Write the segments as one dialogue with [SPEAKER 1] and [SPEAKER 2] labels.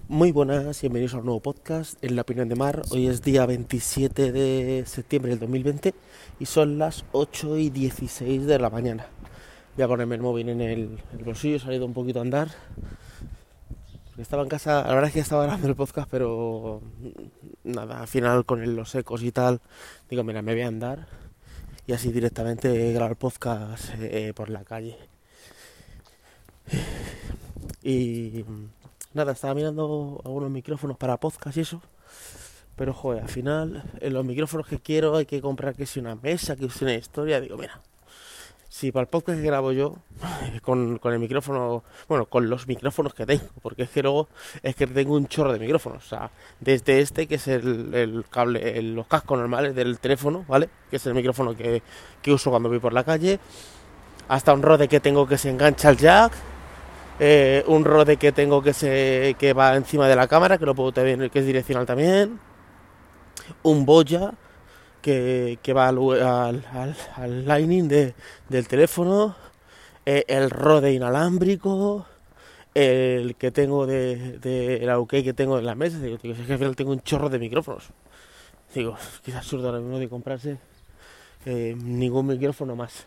[SPEAKER 1] Muy buenas, bienvenidos a un nuevo podcast en La Opinión de Mar. Hoy es día 27 de septiembre del 2020 y son las 8:16 de la mañana. Voy a ponerme el móvil en el bolsillo, he salido un poquito a andar. Estaba en casa, la verdad es que estaba grabando el podcast, pero nada, al final con los ecos y tal, digo, mira, me voy a andar y así directamente grabo el podcast por la calle. Y nada, estaba mirando algunos micrófonos para podcast y eso. Pero joder, al final, en los micrófonos que quiero hay que comprar que si una mesa, que si una historia. Digo, mira, si para el podcast que grabo yo, con el micrófono, bueno, con los micrófonos que tengo, porque es que luego es que tengo un chorro de micrófonos. O sea, desde este, que es el cable, los cascos normales del teléfono, ¿vale? Que es el micrófono que uso cuando voy por la calle, hasta un Rode que tengo que se engancha al jack. Un Rode que tengo que va encima de la cámara, que lo puedo tener, que es direccional también. Un Boya que va al Lightning del teléfono. El Rode inalámbrico. El que tengo el AUK que tengo en la mesa. Digo, tío, es que al final tengo un chorro de micrófonos. Digo, que es absurdo ahora mismo de comprarse ningún micrófono más.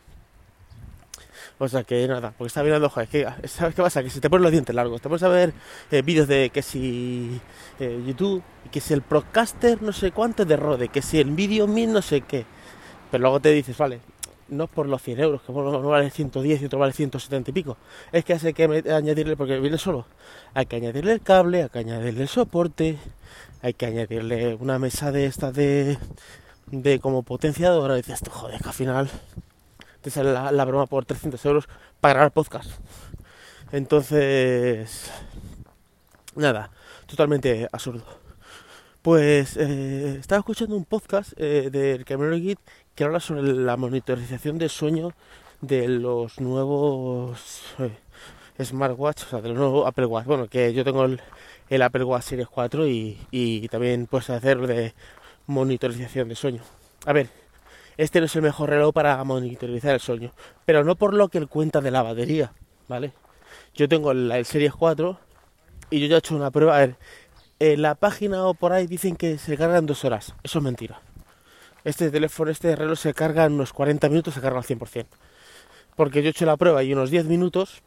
[SPEAKER 1] O sea que nada, porque estaba mirando, joder, ¿sabes qué pasa? Que si te pones los dientes largos, te pones a ver vídeos de que si YouTube, que si el Procaster no sé cuánto de Rode, que si el Video Min no sé qué. Pero luego te dices, vale, no es por los 100 euros, que uno vale 110 y otro vale 170 y pico. Es que hace que añadirle, porque viene solo, hay que añadirle el cable, hay que añadirle el soporte, hay que añadirle una mesa de estas de como potenciadora. Y dices, joder, que al final te sale la broma por 300 euros para grabar podcast. Entonces, nada, totalmente absurdo. Pues estaba escuchando un podcast del Cameron Git que habla sobre la monitorización del sueño de los nuevos smartwatch, o sea, de los nuevos Apple Watch. Bueno, que yo tengo el Apple Watch Series 4 y también puedes hacer de monitorización de sueño. A ver, este no es el mejor reloj para monitorizar el sueño, pero no por lo que él cuenta de la batería, ¿vale? Yo tengo el Series 4 y yo ya he hecho una prueba. A ver, en la página o por ahí dicen que se carga en 2 horas. Eso es mentira. Este teléfono, este reloj se carga en unos 40 minutos, se carga al 100%. Porque yo he hecho la prueba y unos 10 minutos.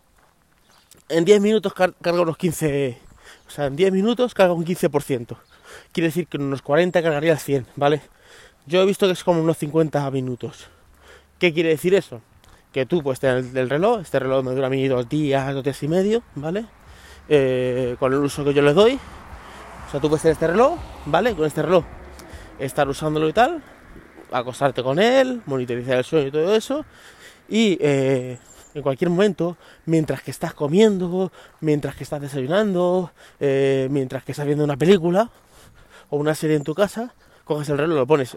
[SPEAKER 1] En 10 minutos carga unos 15. O sea, en 10 minutos carga un 15%. Quiere decir que en unos 40 cargaría al 100, ¿vale? Yo he visto que es como unos 50 minutos. ¿Qué quiere decir eso? Que tú puedes tener el reloj. Este reloj me dura a mí 2 días, 2 días y medio, ¿vale? Con el uso que yo le doy. O sea, tú puedes tener este reloj, ¿vale? Con este reloj estar usándolo y tal, acostarte con él, monitorizar el sueño y todo eso. Y en cualquier momento, mientras que estás comiendo, mientras que estás desayunando, mientras que estás viendo una película o una serie en tu casa, coges el reloj, lo pones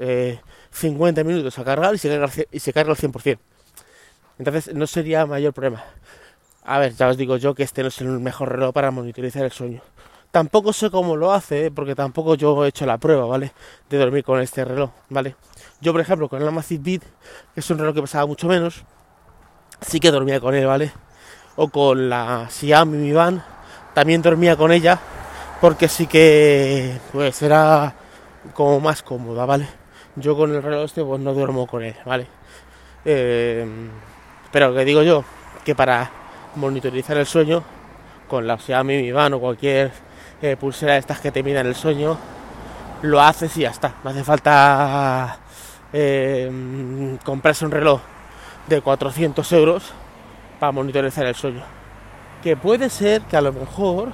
[SPEAKER 1] 50 minutos a cargar y se carga al 100%. Entonces no sería mayor problema. A ver, ya os digo yo que este no es el mejor reloj para monitorizar el sueño. Tampoco sé cómo lo hace, porque tampoco yo he hecho la prueba, ¿vale? De dormir con este reloj, ¿vale? Yo, por ejemplo, con el Amazfit Bit, que es un reloj que pesaba mucho menos, sí que dormía con él, ¿vale? O con la Xiaomi Mi Band, también dormía con ella, porque sí que, pues, era como más cómoda, ¿vale? Yo con el reloj este, pues, no duermo con él, ¿vale? Eh, pero que digo yo, que para monitorizar el sueño, con la Xiaomi Mi Band o cualquier pulsera de estas que te midan el sueño, lo haces y ya está. No hace falta comprarse un reloj de 400 euros para monitorizar el sueño. Que puede ser que a lo mejor,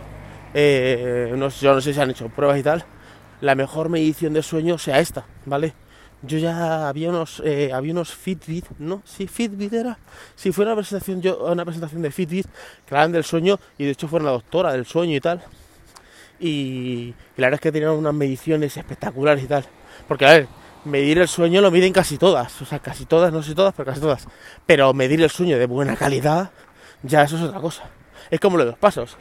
[SPEAKER 1] yo no sé si han hecho pruebas y tal, la mejor medición de sueño sea esta, ¿vale? Yo ya había unos Fitbit, ¿no? Sí, Fitbit era. Si fue una presentación de Fitbit que hablaban del sueño y de hecho fue una doctora del sueño y tal. Y la verdad es que tenían unas mediciones espectaculares y tal. Porque, a ver, medir el sueño lo miden casi todas. O sea, casi todas, no sé todas, pero casi todas. Pero medir el sueño de buena calidad, ya eso es otra cosa. Es como lo de los pasos.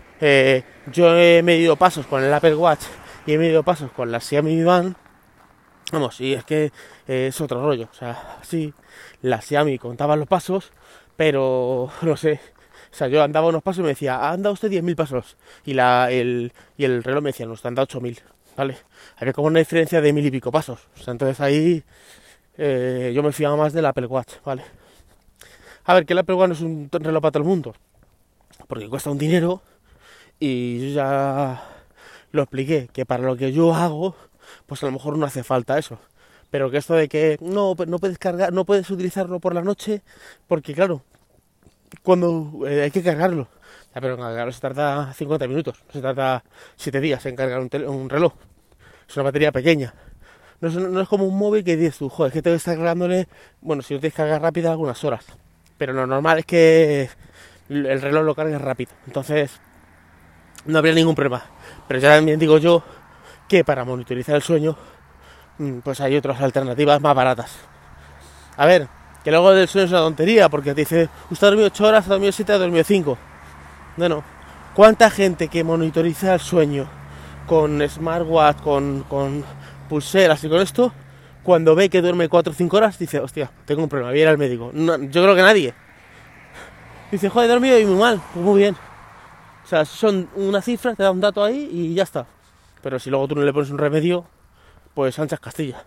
[SPEAKER 1] Yo he medido pasos con el Apple Watch y he medido pasos con la Xiaomi Mi Band. Vamos, y es que es otro rollo. O sea, sí, la Xiaomi contaba los pasos, pero no sé, O sea, yo andaba unos pasos y me decía, ha andado usted 10.000 pasos. Y el reloj me decía, no, usted ha andado 8.000, ¿vale? Había como una diferencia de 1.000 y pico pasos. O sea, entonces ahí yo me fiaba más del Apple Watch, ¿vale? A ver, que el Apple Watch no es un reloj para todo el mundo, porque cuesta un dinero y yo ya lo expliqué, que para lo que yo hago, pues a lo mejor no hace falta eso. Pero que esto de que no puedes cargar, no puedes utilizarlo por la noche, porque claro, cuando hay que cargarlo. Ya, pero en cargarlo se tarda 50 minutos, se tarda 7 días en cargar un reloj. Es una batería pequeña. No es como un móvil que dices tú, joder, es que tengo que estar cargándole, bueno, si no tienes carga rápida, algunas horas. Pero lo normal es que el reloj lo cargue rápido. Entonces, no habría ningún problema. Pero ya también digo yo que para monitorizar el sueño, pues hay otras alternativas más baratas. A ver, que luego del sueño es una tontería, porque te dice, usted ha dormido 8 horas, ha dormido 7, ha dormido 5. Bueno, ¿cuánta gente que monitoriza el sueño con smartwatch, con pulseras y con esto, cuando ve que duerme 4 o 5 horas, dice, hostia, tengo un problema, voy a ir al médico? No, yo creo que nadie. Dice, joder, he dormido y muy mal, pues muy bien. O sea, son una cifra, te da un dato ahí y ya está. Pero si luego tú no le pones un remedio, pues anchas Castilla.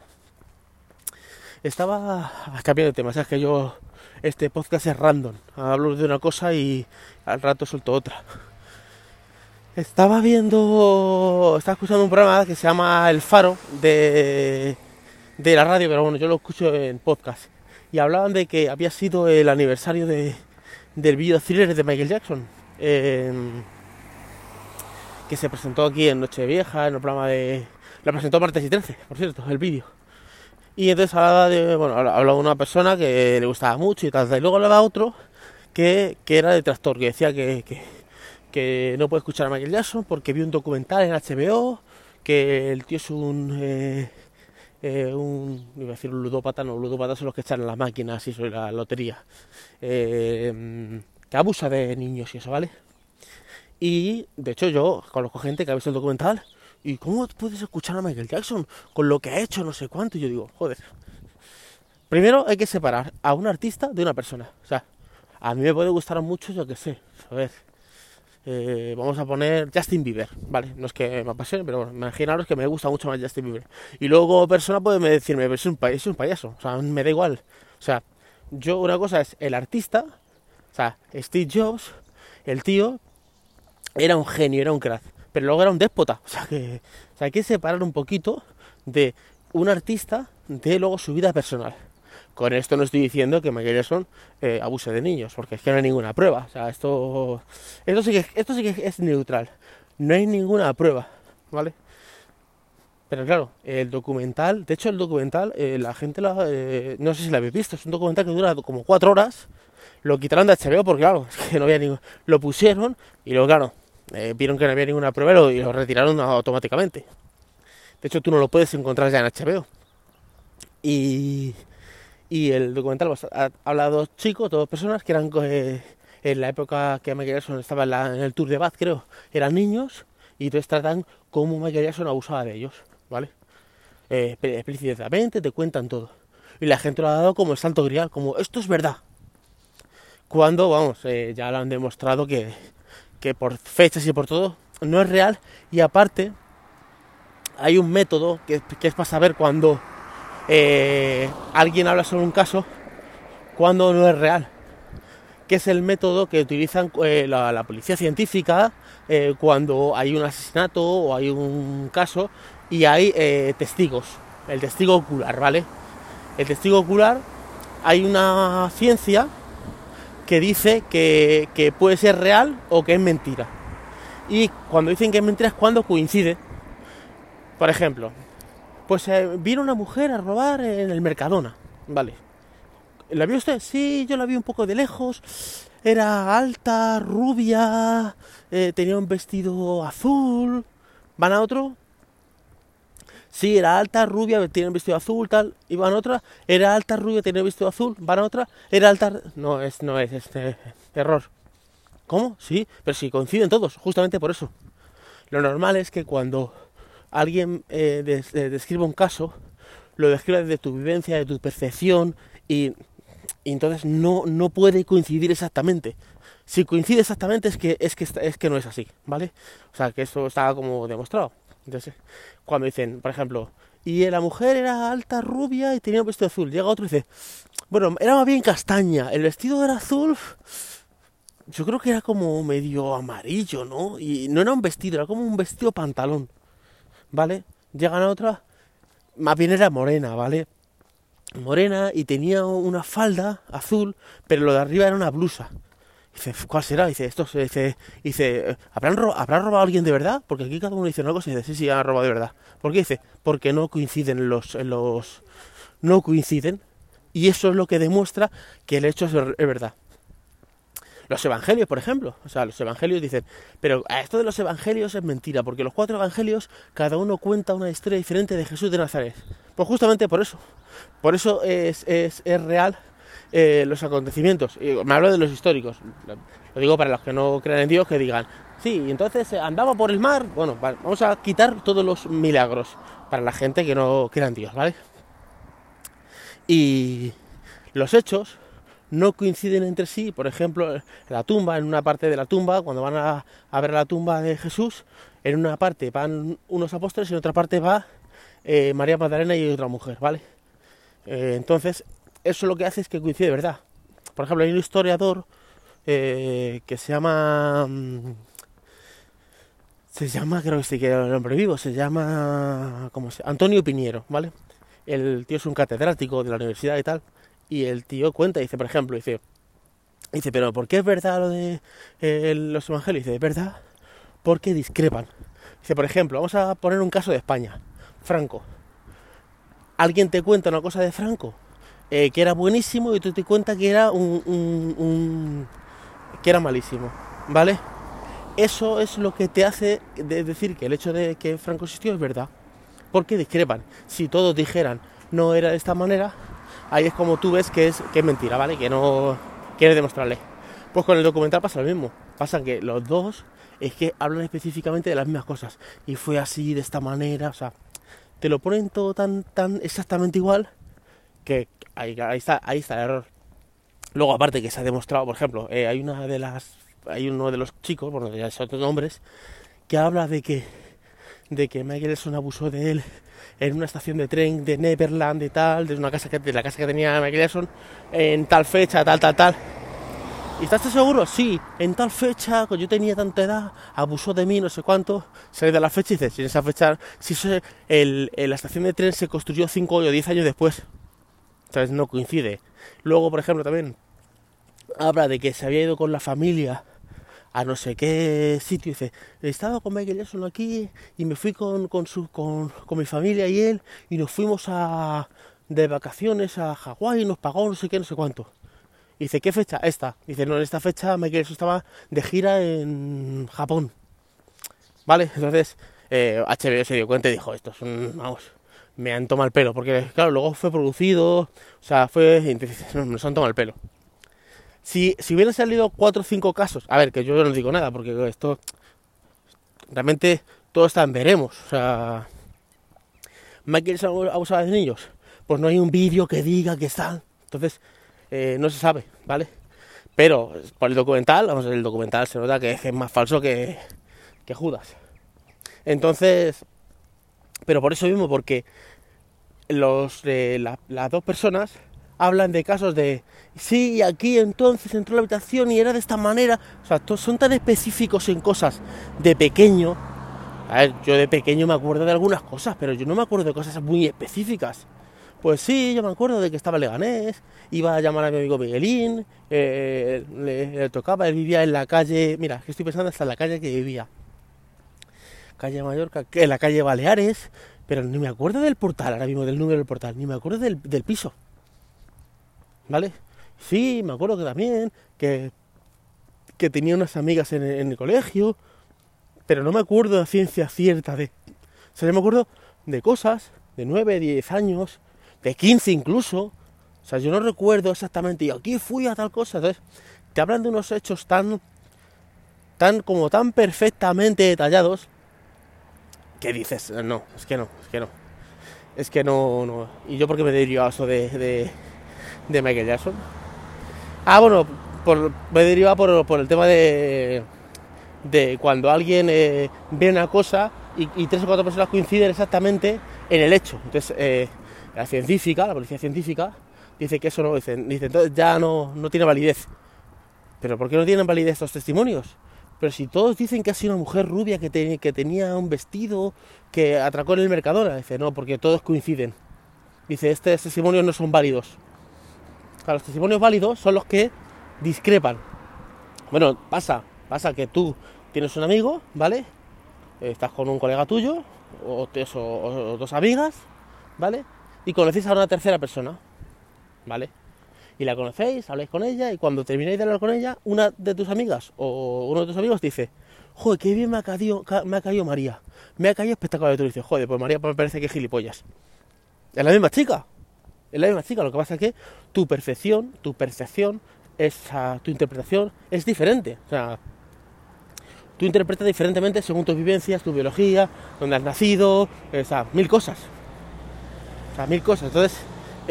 [SPEAKER 1] Estaba cambiando de tema, sabes que yo, este podcast es random, hablo de una cosa y al rato suelto otra. Estaba escuchando un programa que se llama El Faro de la radio, pero bueno, yo lo escucho en podcast. Y hablaban de que había sido el aniversario del video thriller de Michael Jackson, que se presentó aquí en Nochevieja, en el programa lo presentó martes y 13, por cierto, el vídeo. Y entonces hablaba de una persona que le gustaba mucho y tal. Y luego hablaba otro que era detractor, que decía que no puede escuchar a Michael Jackson porque vio un documental en HBO, que el tío es iba a decir un ludópata, no, ludópatas son los que echan las máquinas y sobre la lotería, que abusa de niños y eso, ¿vale? Y de hecho yo conozco gente que ha visto el documental y ¿cómo puedes escuchar a Michael Jackson con lo que ha hecho, no sé cuánto? Y yo digo, joder, primero hay que separar a un artista de una persona. O sea, a mí me puede gustar mucho, yo que sé, a ver, vamos a poner Justin Bieber, ¿vale? No es que me apasione, pero bueno, imaginaros que me gusta mucho más Justin Bieber. Y luego como persona puede decirme, pero es un payaso, o sea, me da igual. O sea, yo una cosa es el artista, o sea, Steve Jobs, el tío, era un genio, era un crack, pero luego era un déspota. O sea, hay que separar un poquito de un artista de luego su vida personal. Con esto no estoy diciendo que Michael Jackson abuse de niños, porque es que no hay ninguna prueba. O sea, esto sí que es neutral. No hay ninguna prueba, ¿vale? Pero claro, el documental, de hecho el documental, la gente no sé si lo habéis visto, es un documental que dura como 4 horas. Lo quitaron de HBO porque claro, es que no había ningún... Lo pusieron y luego claro, vieron que no había ninguna prueba y lo retiraron automáticamente. De hecho tú no lo puedes encontrar ya en HBO. Y el documental habla de 2 chicos, 2 personas que eran en la época que Michael Jackson estaba en el Tour de Bath, creo, eran niños y entonces tratan cómo Michael Jackson abusaba de ellos, ¿vale? Explícitamente te cuentan todo. Y la gente lo ha dado como el santo grial, como esto es verdad. Cuando, vamos, ya lo han demostrado que por fechas y por todo no es real. Y aparte hay un método que es para saber cuando alguien habla sobre un caso, cuando no es real, que es el método que utilizan la policía científica cuando hay un asesinato o hay un caso y hay testigos, el testigo ocular, ¿vale? El testigo ocular, hay una ciencia que dice que puede ser real o que es mentira. Y cuando dicen que es mentira es cuando coincide. Por ejemplo, pues vino una mujer a robar en el Mercadona, ¿vale? ¿La vio usted? Sí, yo la vi un poco de lejos. Era alta, rubia, tenía un vestido azul. ¿Van a otro? Sí, era alta, rubia, tenía un vestido azul, tal. Y van a otra. Era alta, rubia, tenía un vestido azul. Van a otra. Era alta... No es error. ¿Cómo? Sí, pero sí, coinciden todos, justamente por eso. Lo normal es que cuando alguien describe un caso, lo describe desde tu vivencia, de tu percepción, y entonces no puede coincidir exactamente. Si coincide exactamente es que no es así, ¿vale? O sea, que eso está como demostrado. Entonces, cuando dicen, por ejemplo, y la mujer era alta, rubia y tenía un vestido azul, llega otro y dice, bueno, era más bien castaña, el vestido era azul, yo creo que era como medio amarillo, ¿no? Y no era un vestido, era como un vestido pantalón, ¿vale? Llegan a otra, más bien era morena, ¿vale? Morena y tenía una falda azul, pero lo de arriba era una blusa. Dice, ¿cuál será? Dice, ¿habrá robado a alguien de verdad? Porque aquí cada uno dice una cosa y dice, sí, sí, han robado de verdad. ¿Por qué? Dice, porque no coinciden no coinciden, y eso es lo que demuestra que el hecho es verdad. Los evangelios, por ejemplo, o sea, los evangelios dicen, pero esto de los evangelios es mentira, porque los 4 evangelios, cada uno cuenta una historia diferente de Jesús de Nazaret. Pues justamente por eso es real los acontecimientos. Y me hablo de los históricos, lo digo para los que no crean en Dios, que digan, sí, entonces andaba por el mar, bueno, vale, vamos a quitar todos los milagros para la gente que no crea en Dios, ¿vale? Y los hechos no coinciden entre sí. Por ejemplo, en una parte de la tumba, cuando van a ver la tumba de Jesús, en una parte van unos apóstoles y en otra parte va María Magdalena y otra mujer, ¿vale? Entonces, eso lo que hace es que coincide, ¿verdad? Por ejemplo, hay un historiador que se llama, creo que sí que era el nombre vivo, se llama, Antonio Piñero, ¿vale? El tío es un catedrático de la universidad y tal, y el tío cuenta, dice, por ejemplo, dice, pero ¿por qué es verdad lo de los evangelios? Dice, es verdad porque discrepan. Dice, por ejemplo, vamos a poner un caso de España, Franco. Alguien te cuenta una cosa de Franco que era buenísimo y tú te cuentas que era que era malísimo, ¿vale? Eso es lo que te hace decir que el hecho de que Franco existió es verdad, porque discrepan. Si todos dijeran no era de esta manera, ahí es como tú ves que es mentira, ¿vale? Que no quieres demostrarle. Pues con el documental pasa lo mismo. Pasa que los dos es que hablan específicamente de las mismas cosas. Y fue así, de esta manera, o sea, te lo ponen todo tan exactamente igual que ahí está el error. Luego, aparte que se ha demostrado, por ejemplo, hay uno de los chicos, bueno, ya son otros nombres, que habla de que Michael Jackson abusó de él en una estación de tren de Neverland y tal, de la casa que tenía Michael Jackson, en tal fecha, tal. ¿Y estás seguro? Sí, en tal fecha, cuando yo tenía tanta edad, abusó de mí, no sé cuánto, sale de la fecha y dices, si en esa fecha, la estación de tren se construyó 5 o 10 años después, ¿sabes? No coincide. Luego, por ejemplo, también habla de que se había ido con la familia a no sé qué sitio, dice, estaba con Michael Jackson aquí y me fui con mi familia y él y nos fuimos de vacaciones a Hawái y nos pagó no sé qué, no sé cuánto. Y dice, ¿qué fecha? Esta. Dice, no, en esta fecha Michael Jackson estaba de gira en Japón, ¿vale? Entonces HBO se dio cuenta y dijo, estos son, vamos, me han tomado el pelo, porque claro, luego fue producido, o sea, no, nos han tomado el pelo. Si hubieran salido 4 o 5 casos, a ver, que yo no digo nada, porque esto realmente todo está en veremos. O sea, Michael abusaba de niños, pues no hay un vídeo que diga que están. Entonces, no se sabe, ¿vale? Pero por el documental se nota que es más falso que Judas. Entonces, pero por eso mismo, porque las dos personas hablan de casos de sí, aquí entonces entró a la habitación y era de esta manera, o sea, son tan específicos en cosas de pequeño. A ver, yo de pequeño me acuerdo de algunas cosas, pero yo no me acuerdo de cosas muy específicas. Pues sí, yo me acuerdo de que estaba en Leganés, iba a llamar a mi amigo Miguelín, le tocaba, él vivía en la calle, mira, que estoy pensando hasta en la calle que vivía, calle Mallorca, en la calle Baleares, pero ni me acuerdo del portal, ahora mismo del número del portal, ni me acuerdo del piso, ¿vale? Sí, me acuerdo que también, que tenía unas amigas en el colegio, pero no me acuerdo de ciencia cierta de... O sea, yo me acuerdo de cosas de 9, 10 años, de 15 incluso, o sea, yo no recuerdo exactamente, y aquí fui a tal cosa, entonces, te hablan de unos hechos tan perfectamente detallados, que dices, no, es que no, y yo porque me dirijo a eso de Michael Jackson. Ah, bueno, me deriva por el tema de cuando alguien ve una cosa y 3 o 4 personas coinciden exactamente en el hecho. Entonces, la policía científica, dice que eso no, dice entonces ya no tiene validez. ¿Pero por qué no tienen validez estos testimonios? Pero si todos dicen que ha sido una mujer rubia que tenía un vestido, que atracó en el Mercadona. Dice, no, porque todos coinciden. Dice, estos testimonios no son válidos. Claro, los testimonios válidos son los que discrepan. Bueno, pasa que tú tienes un amigo, ¿vale? Estás con un colega tuyo, o 2 amigas, ¿vale? Y conocéis a una tercera persona, ¿vale? Y la conocéis, habláis con ella, y cuando termináis de hablar con ella, una de tus amigas o uno de tus amigos dice, joder, qué bien me ha caído María, me ha caído espectacular. Y tú dices, joder, pues María me parece que es gilipollas. Es la misma chica, lo que pasa es que tu percepción, tu interpretación es diferente. O sea, tú interpretas diferentemente según tus vivencias, tu biología, dónde has nacido, o sea, mil cosas. Entonces,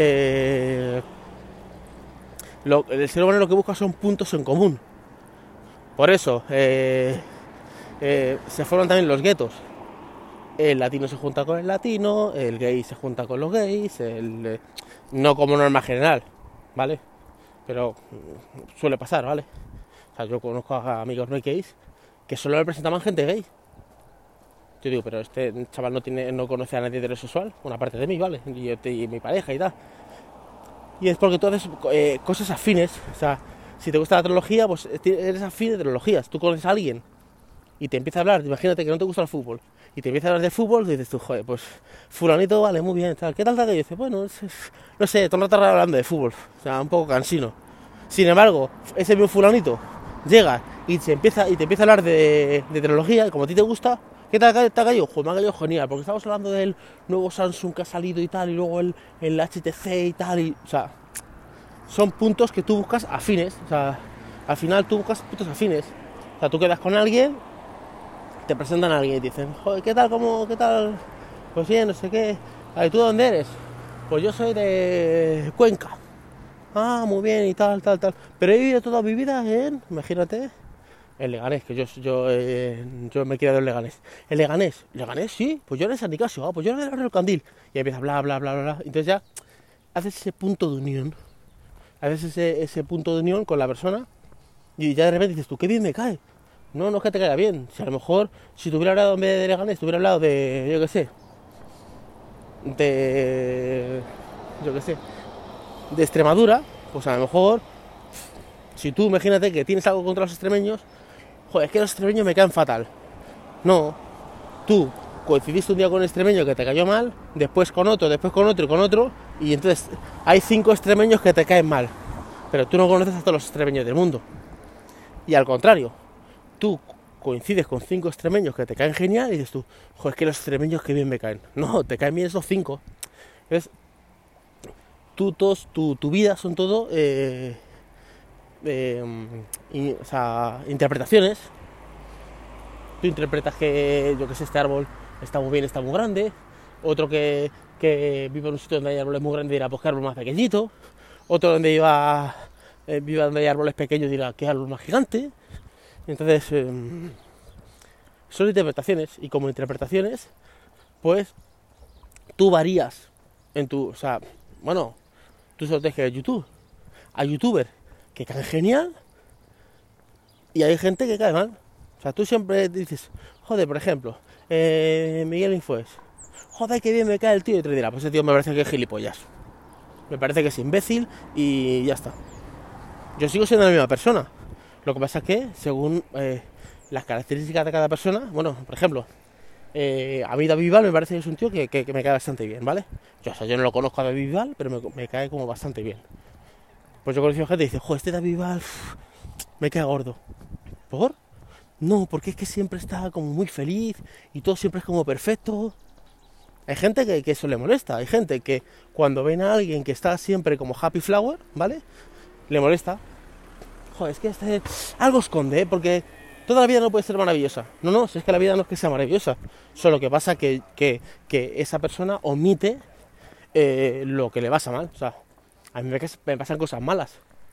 [SPEAKER 1] el ser humano lo que busca son puntos en común. Por eso se forman también los guetos. El latino se junta con el latino, el gay se junta con los gays, no como norma general, ¿vale? Pero suele pasar, ¿vale? O sea, yo conozco a amigos no gays que solo le presentaban gente gay. Yo digo, pero este chaval no conoce a nadie heterosexual, una parte de mí, ¿vale? Y mi pareja y tal. Y es porque tú haces cosas afines. O sea, si te gusta la teología, pues eres afín de teologías. Tú conoces a alguien y te empieza a hablar, imagínate que no te gusta el fútbol, y te empieza a hablar de fútbol, y dices tú, joder, pues fulanito, vale, muy bien, tal. ¿Qué tal tal? Y dices, bueno, no sé, todo el rato hablando de fútbol. O sea, un poco cansino. Sin embargo, ese mismo fulanito llega y te empieza a hablar de teología, y como a ti te gusta, ¿qué tal te ha caído? Joder, me ha caído genial, porque estamos hablando del nuevo Samsung que ha salido y tal, y luego el HTC y tal, y, o sea, son puntos que tú buscas afines. O sea, al final tú buscas puntos afines. O sea, tú quedas con alguien, te presentan a alguien y te dicen, joder, ¿qué tal? ¿Qué tal? Pues bien, no sé qué. ¿Y tú de dónde eres? Pues yo soy de Cuenca. Ah, muy bien, y tal. Pero he vivido toda mi vida imagínate, en Leganés, que yo me he criado en Leganés. ¿En Leganés? ¿Leganés? Sí, pues yo era de San Nicasio, pues yo era del Candil. Y empieza bla. Entonces ya haces ese punto de unión. Haces ese punto de unión con la persona y ya de repente dices tú, qué bien me cae. No es que te caiga bien. Si a lo mejor, si te hubiera hablado en vez de Leganés, te hubiera hablado de, yo qué sé, de Extremadura, pues a lo mejor, si tú imagínate que tienes algo contra los extremeños, joder, es que los extremeños me caen fatal. No, tú coincidiste un día con un extremeño que te cayó mal, después con otro, y con otro, y entonces hay 5 extremeños que te caen mal, pero tú no conoces a todos los extremeños del mundo. Y al contrario, tú coincides con 5 extremeños que te caen genial y dices tú, joder, es que los extremeños que bien me caen. No, te caen bien esos 5. Entonces, tu vida son todo o sea, interpretaciones. Tú interpretas que, yo que sé, este árbol está muy bien, está muy grande. Otro que vive en un sitio donde hay árboles muy grandes dirá, pues qué árbol más pequeñito. Otro donde viva donde hay árboles pequeños dirá, qué árbol más gigante. Entonces, son interpretaciones. Y como interpretaciones, pues tú varías en tu... O sea, bueno, tú solo tienes que ver YouTube. Hay youtubers que caen genial y hay gente que cae mal. O sea, tú siempre dices, joder, por ejemplo, Miguel Infoes, joder, qué bien me cae el tío, y te dirá, pues ese tío me parece que es gilipollas, me parece que es imbécil y ya está. Yo sigo siendo la misma persona. Lo que pasa es que, según las características de cada persona, bueno, por ejemplo, a mí David Bisbal me parece que es un tío que me cae bastante bien, ¿vale? Yo no lo conozco a David Bisbal, pero me cae como bastante bien. Pues yo conocí a gente que dice, joder, este David Bisbal me cae gordo. ¿Por? No, porque es que siempre está como muy feliz y todo siempre es como perfecto. Hay gente que eso le molesta. Hay gente que cuando ven a alguien que está siempre como happy flower, ¿vale? Le molesta. Joder, es que algo esconde, porque toda la vida no puede ser maravillosa. No, si es que la vida no es que sea maravillosa. Solo que pasa que esa persona omite lo que le pasa mal. O sea, a mí me pasan cosas malas.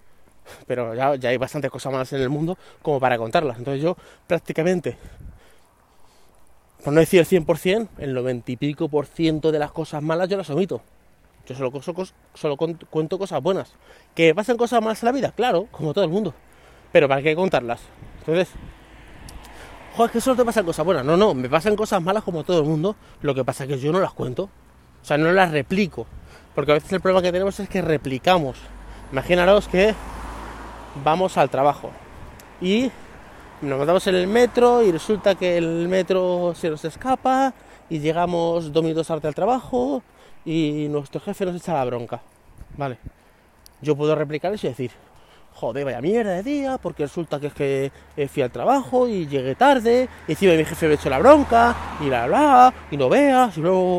[SPEAKER 1] pero ya hay bastantes cosas malas en el mundo como para contarlas. Entonces yo prácticamente, por no decir el 100%, el 90 y pico por ciento de las cosas malas yo las omito. Yo solo cuento cosas buenas. ¿Que pasan cosas malas en la vida? Claro, como todo el mundo. Pero ¿para qué contarlas? Entonces, joder, es que solo te pasan cosas buenas. No, me pasan cosas malas como todo el mundo. Lo que pasa es que yo no las cuento. O sea, no las replico. Porque a veces el problema que tenemos es que replicamos. Imaginaros que vamos al trabajo y nos montamos en el metro y resulta que el metro se nos escapa y llegamos 2 minutos tarde al trabajo y nuestro jefe nos echa la bronca. Vale, yo puedo replicar eso y decir, joder, vaya mierda de día, porque resulta que es que fui al trabajo y llegué tarde y encima mi jefe me echó la bronca y bla bla y no veas y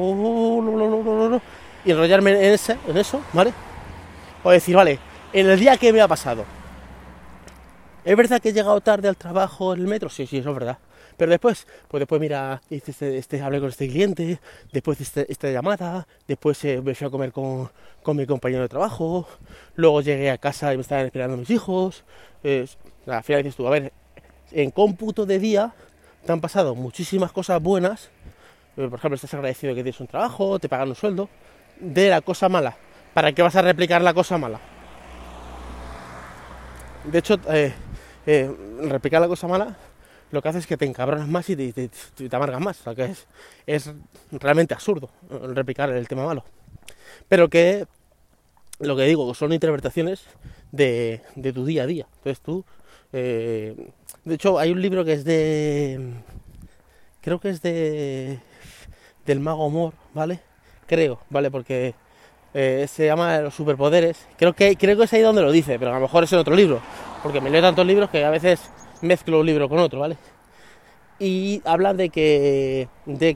[SPEAKER 1] y enrollarme en eso, ¿vale? O decir, vale, en el día que me ha pasado, ¿es verdad que he llegado tarde al trabajo en el metro? Sí, eso es verdad. Pero después, mira, hablé con este cliente, después esta llamada, después me fui a comer con mi compañero de trabajo, luego llegué a casa y me estaban esperando mis hijos. Al final dices tú, a ver, en cómputo de día te han pasado muchísimas cosas buenas. Por ejemplo, estás agradecido de que tienes un trabajo, te pagan un sueldo. De la cosa mala, ¿para qué vas a replicar la cosa mala? De hecho, replicar la cosa mala lo que hace es que te encabronas más y te amargas más. O sea, que es realmente absurdo replicar el tema malo. Pero que, lo que digo, son interpretaciones de tu día a día. Entonces tú, de hecho, hay un libro que es creo que es del mago Mor, ¿vale? Creo, ¿vale? Porque se llama Los superpoderes. Creo que es ahí donde lo dice, pero a lo mejor es en otro libro, porque me leo tantos libros que a veces mezclo un libro con otro, ¿vale? Y hablan de que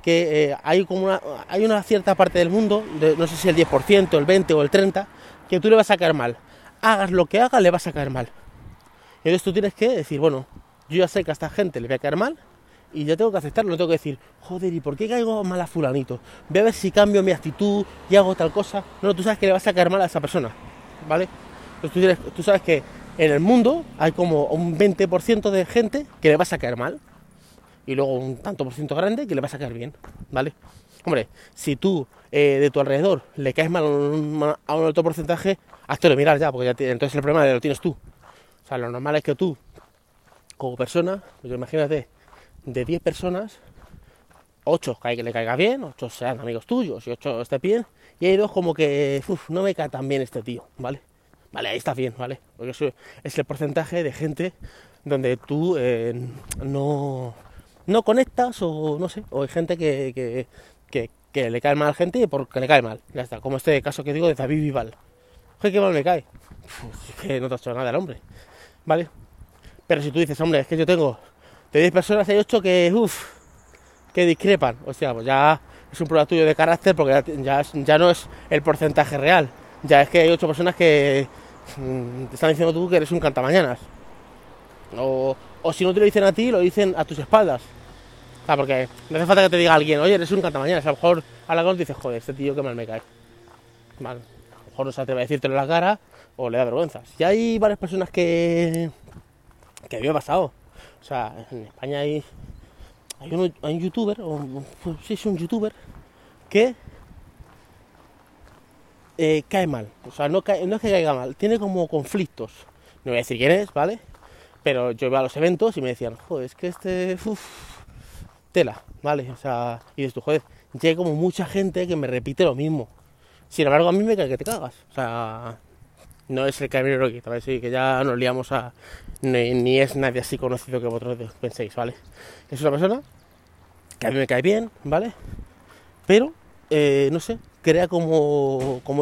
[SPEAKER 1] hay una cierta parte del mundo, no sé si el 10%, el 20% o el 30%, que tú le vas a caer mal. Hagas lo que hagas, le vas a caer mal. Y entonces tú tienes que decir, bueno, yo ya sé que a esta gente le voy a caer mal, y yo tengo que aceptarlo, no tengo que decir, joder, ¿y por qué caigo mal a fulanito? Voy a ver si cambio mi actitud y hago tal cosa. No, tú sabes que le vas a caer mal a esa persona, ¿vale? Entonces tú sabes que en el mundo hay como un 20% de gente que le vas a caer mal y luego un tanto por ciento grande que le vas a caer bien, ¿vale? Hombre, si tú de tu alrededor le caes mal a un alto porcentaje, háztelo mirar ya, porque entonces el problema lo tienes tú. O sea, lo normal es que tú, como persona, pues imagínate, de 10 personas, 8 que le caiga bien, 8 sean amigos tuyos y 8 esté bien, y hay 2 como que, no me cae tan bien este tío, ¿vale? Vale, ahí está bien, ¿vale? Porque eso es el porcentaje de gente donde tú no conectas o no sé, o hay gente que le cae mal a gente porque le cae mal, ya está, como este caso que digo de David Bisbal. Joder, qué mal me cae. Es que no te has hecho nada el hombre, ¿vale? Pero si tú dices, hombre, es que yo tengo de 10 personas hay 8 que discrepan. O sea, pues ya es un problema tuyo de carácter porque ya no es el porcentaje real. Ya es que hay 8 personas que te están diciendo tú que eres un cantamañanas. O si no te lo dicen a ti, lo dicen a tus espaldas. O sea, porque no hace falta que te diga alguien, oye, eres un cantamañanas. A lo mejor a la cosa dices, joder, este tío que mal me cae. Vale. A lo mejor no se atreve a decírtelo en la cara o le da vergüenza. Y hay varias personas que me ha pasado. O sea, en España hay un youtuber, sí, es un youtuber, que cae mal. O sea, no es que caiga mal, tiene como conflictos. No voy a decir quién es, ¿vale? Pero yo iba a los eventos y me decían, joder, es que tela, ¿vale? O sea, y dices tú, joder, ya hay como mucha gente que me repite lo mismo. Sin embargo, a mí me cae que te cagas. O sea, no es el Camino Rocky, ¿vale? Sí, que ya nos liamos ni es nadie así conocido que vosotros penséis, ¿vale? Es una persona que a mí me cae bien, ¿vale? Pero, no sé, crea como o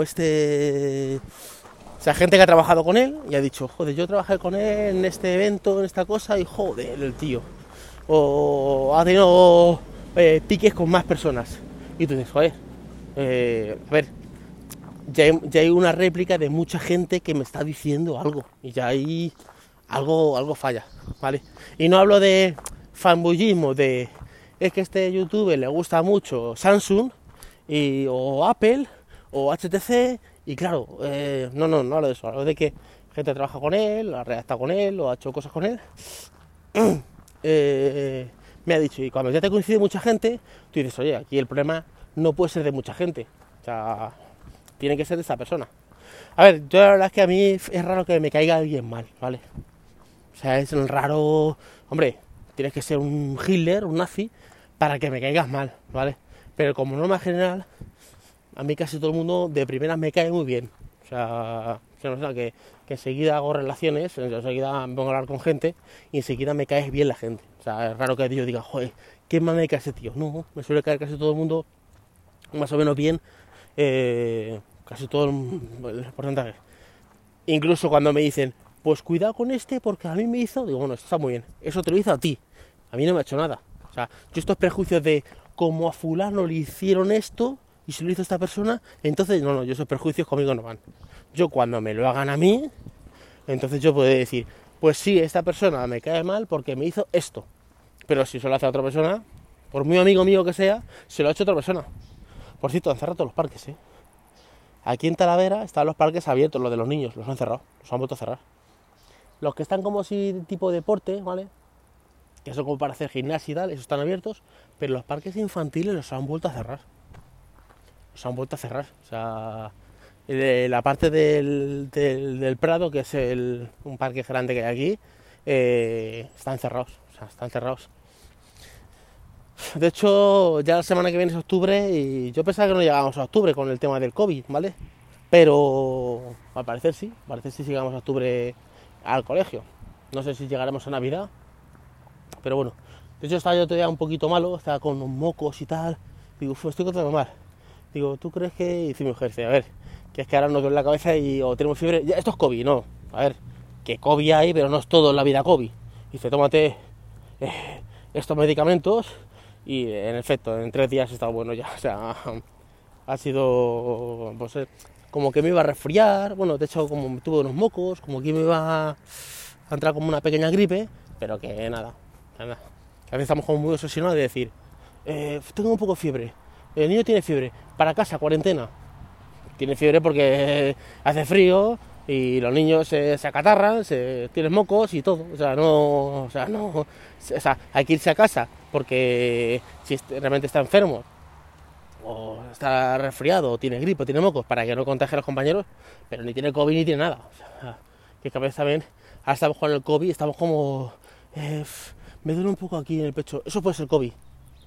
[SPEAKER 1] sea, gente que ha trabajado con él y ha dicho, joder, yo trabajé con él en este evento, en esta cosa, y joder, el tío. O ha tenido piques con más personas. Y tú dices, joder, a ver, ya hay una réplica de mucha gente que me está diciendo algo. Y ya hay algo falla, ¿vale? Y no hablo de fanboyismo, es que este youtuber le gusta mucho Samsung o Apple o HTC y claro, no hablo de eso, hablo de que gente trabaja con él, ha redactado con él, o ha hecho cosas con él. Me ha dicho, y cuando ya te coincide mucha gente, tú dices, oye, aquí el problema no puede ser de mucha gente, o sea, tiene que ser de esta persona. A ver, yo la verdad es que a mí es raro que me caiga alguien mal, ¿vale? O sea, es raro, hombre, tienes que ser un Hitler, un nazi, para que me caigas mal, ¿vale? Pero como norma general, a mí casi todo el mundo de primeras me cae muy bien. O sea, que enseguida hago relaciones, enseguida me pongo a hablar con gente y enseguida me cae bien la gente. O sea, es raro que yo diga, joder, qué mal me cae ese tío. No, me suele caer casi todo el mundo más o menos bien, casi todo el porcentaje. Incluso cuando me dicen, pues cuidado con este porque a mí me hizo, digo, bueno, esto está muy bien, eso te lo hizo a ti, a mí no me ha hecho nada. O sea, yo estos prejuicios de como a fulano le hicieron esto y se lo hizo a esta persona, entonces no, yo esos prejuicios conmigo no van. Yo cuando me lo hagan a mí, entonces yo puedo decir, pues sí, esta persona me cae mal porque me hizo esto. Pero si se lo hace a otra persona, por muy amigo mío que sea, se lo ha hecho a otra persona. Por cierto, han cerrado todos los parques, ¿eh? Aquí en Talavera están los parques abiertos, los de los niños, los han cerrado, los han vuelto a cerrar. Los que están como si tipo deporte, ¿vale? Que son como para hacer gimnasia y tal, esos están abiertos, pero los parques infantiles los han vuelto a cerrar. Los han vuelto a cerrar. O sea, la parte del Prado, que es un parque grande que hay aquí, están cerrados. O sea, están cerrados. De hecho, ya la semana que viene es octubre y yo pensaba que no llegábamos a octubre con el tema del COVID, ¿vale? Pero al parecer sí llegamos a octubre al colegio. No sé si llegaremos a Navidad, pero bueno. De hecho estaba yo todavía un poquito malo, estaba con unos mocos y tal. Digo, estoy contando mal. Digo, ¿tú crees que...? Y dice mi mujer, a ver, que es que ahora nos duele la cabeza y o tenemos fiebre. Ya, esto es COVID, no. A ver, que COVID hay, pero no es todo en la vida COVID. Dice, tómate estos medicamentos y en efecto, en 3 días he estado bueno ya. O sea, ha sido, pues, como que me iba a resfriar. Bueno, de hecho, como tuve unos mocos, como que me iba a entrar como una pequeña gripe, pero que nada. A veces estamos como muy obsesionados de decir, tengo un poco de fiebre, el niño tiene fiebre, para casa, cuarentena. Tiene fiebre porque hace frío y los niños se acatarran, tienen mocos y todo. O sea, hay que irse a casa porque si realmente está enfermo o está resfriado o tiene gripe o tiene mocos para que no contagie a los compañeros, pero ni tiene COVID ni tiene nada. O sea, que a veces también, ahora estamos con el COVID, estamos como... me duele un poco aquí en el pecho, eso puede ser COVID.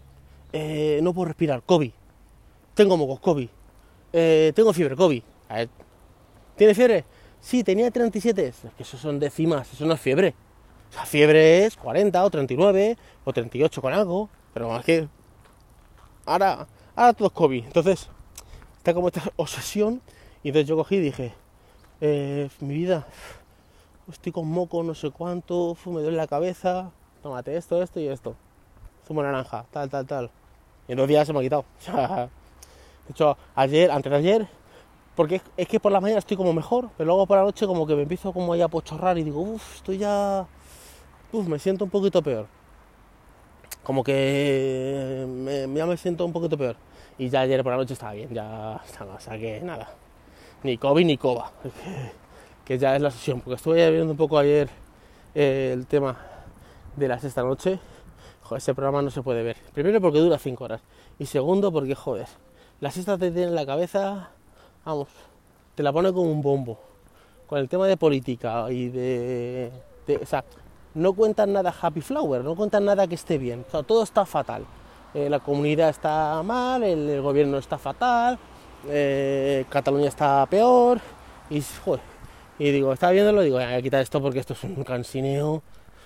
[SPEAKER 1] No puedo respirar, COVID. Tengo mocos, COVID. Tengo fiebre, COVID. A ver, ¿tiene fiebre? Sí, tenía 37. Es que eso son décimas, eso no es fiebre. O sea, fiebre es 40 o 39 o 38 con algo. Pero es que ahora todo es COVID. Entonces, está como esta obsesión. Y entonces yo cogí y dije, mi vida, estoy con moco, no sé cuánto, me duele la cabeza, tómate esto y esto. Zumo naranja, tal. Y en 2 días se me ha quitado. O sea, de hecho, antes de ayer, porque es que por la mañana estoy como mejor, pero luego por la noche como que me empiezo como ya a pochorrar y digo, estoy ya... me siento un poquito peor. Como que ya me siento un poquito peor. Y ya ayer por la noche estaba bien, ya estaba, o sea que nada. Ni COVID ni coba. Que ya es la sesión, porque estuve viendo un poco ayer el tema de la sexta noche. Joder, ese programa no se puede ver. Primero porque dura 5 horas. Y segundo porque, joder, la sexta te tiene en la cabeza, vamos, te la pone como un bombo. Con el tema de política y o sea, no cuentan nada happy flower, no cuentan nada que esté bien. O sea, todo está fatal. La comunidad está mal, el gobierno está fatal, Cataluña está peor. Y, joder, y digo, estaba viéndolo, digo, voy a quitar esto porque esto es un cansineo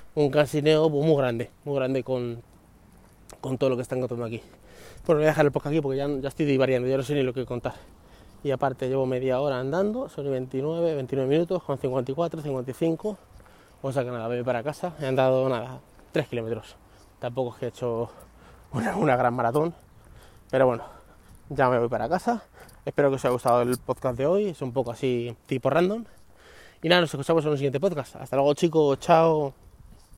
[SPEAKER 1] muy grande con todo lo que están contando aquí. Bueno, voy a dejar el podcast aquí porque ya estoy divariando, ya no sé ni lo que contar. Y aparte llevo media hora andando, son 29 minutos, con 54, 55. O sea que nada, voy para casa, he andado 3 kilómetros. Tampoco es que he hecho una gran maratón, pero bueno, ya me voy para casa. Espero que os haya gustado el podcast de hoy, es un poco así tipo random. Y nada, nos escuchamos en un siguiente podcast. Hasta luego chicos, chao.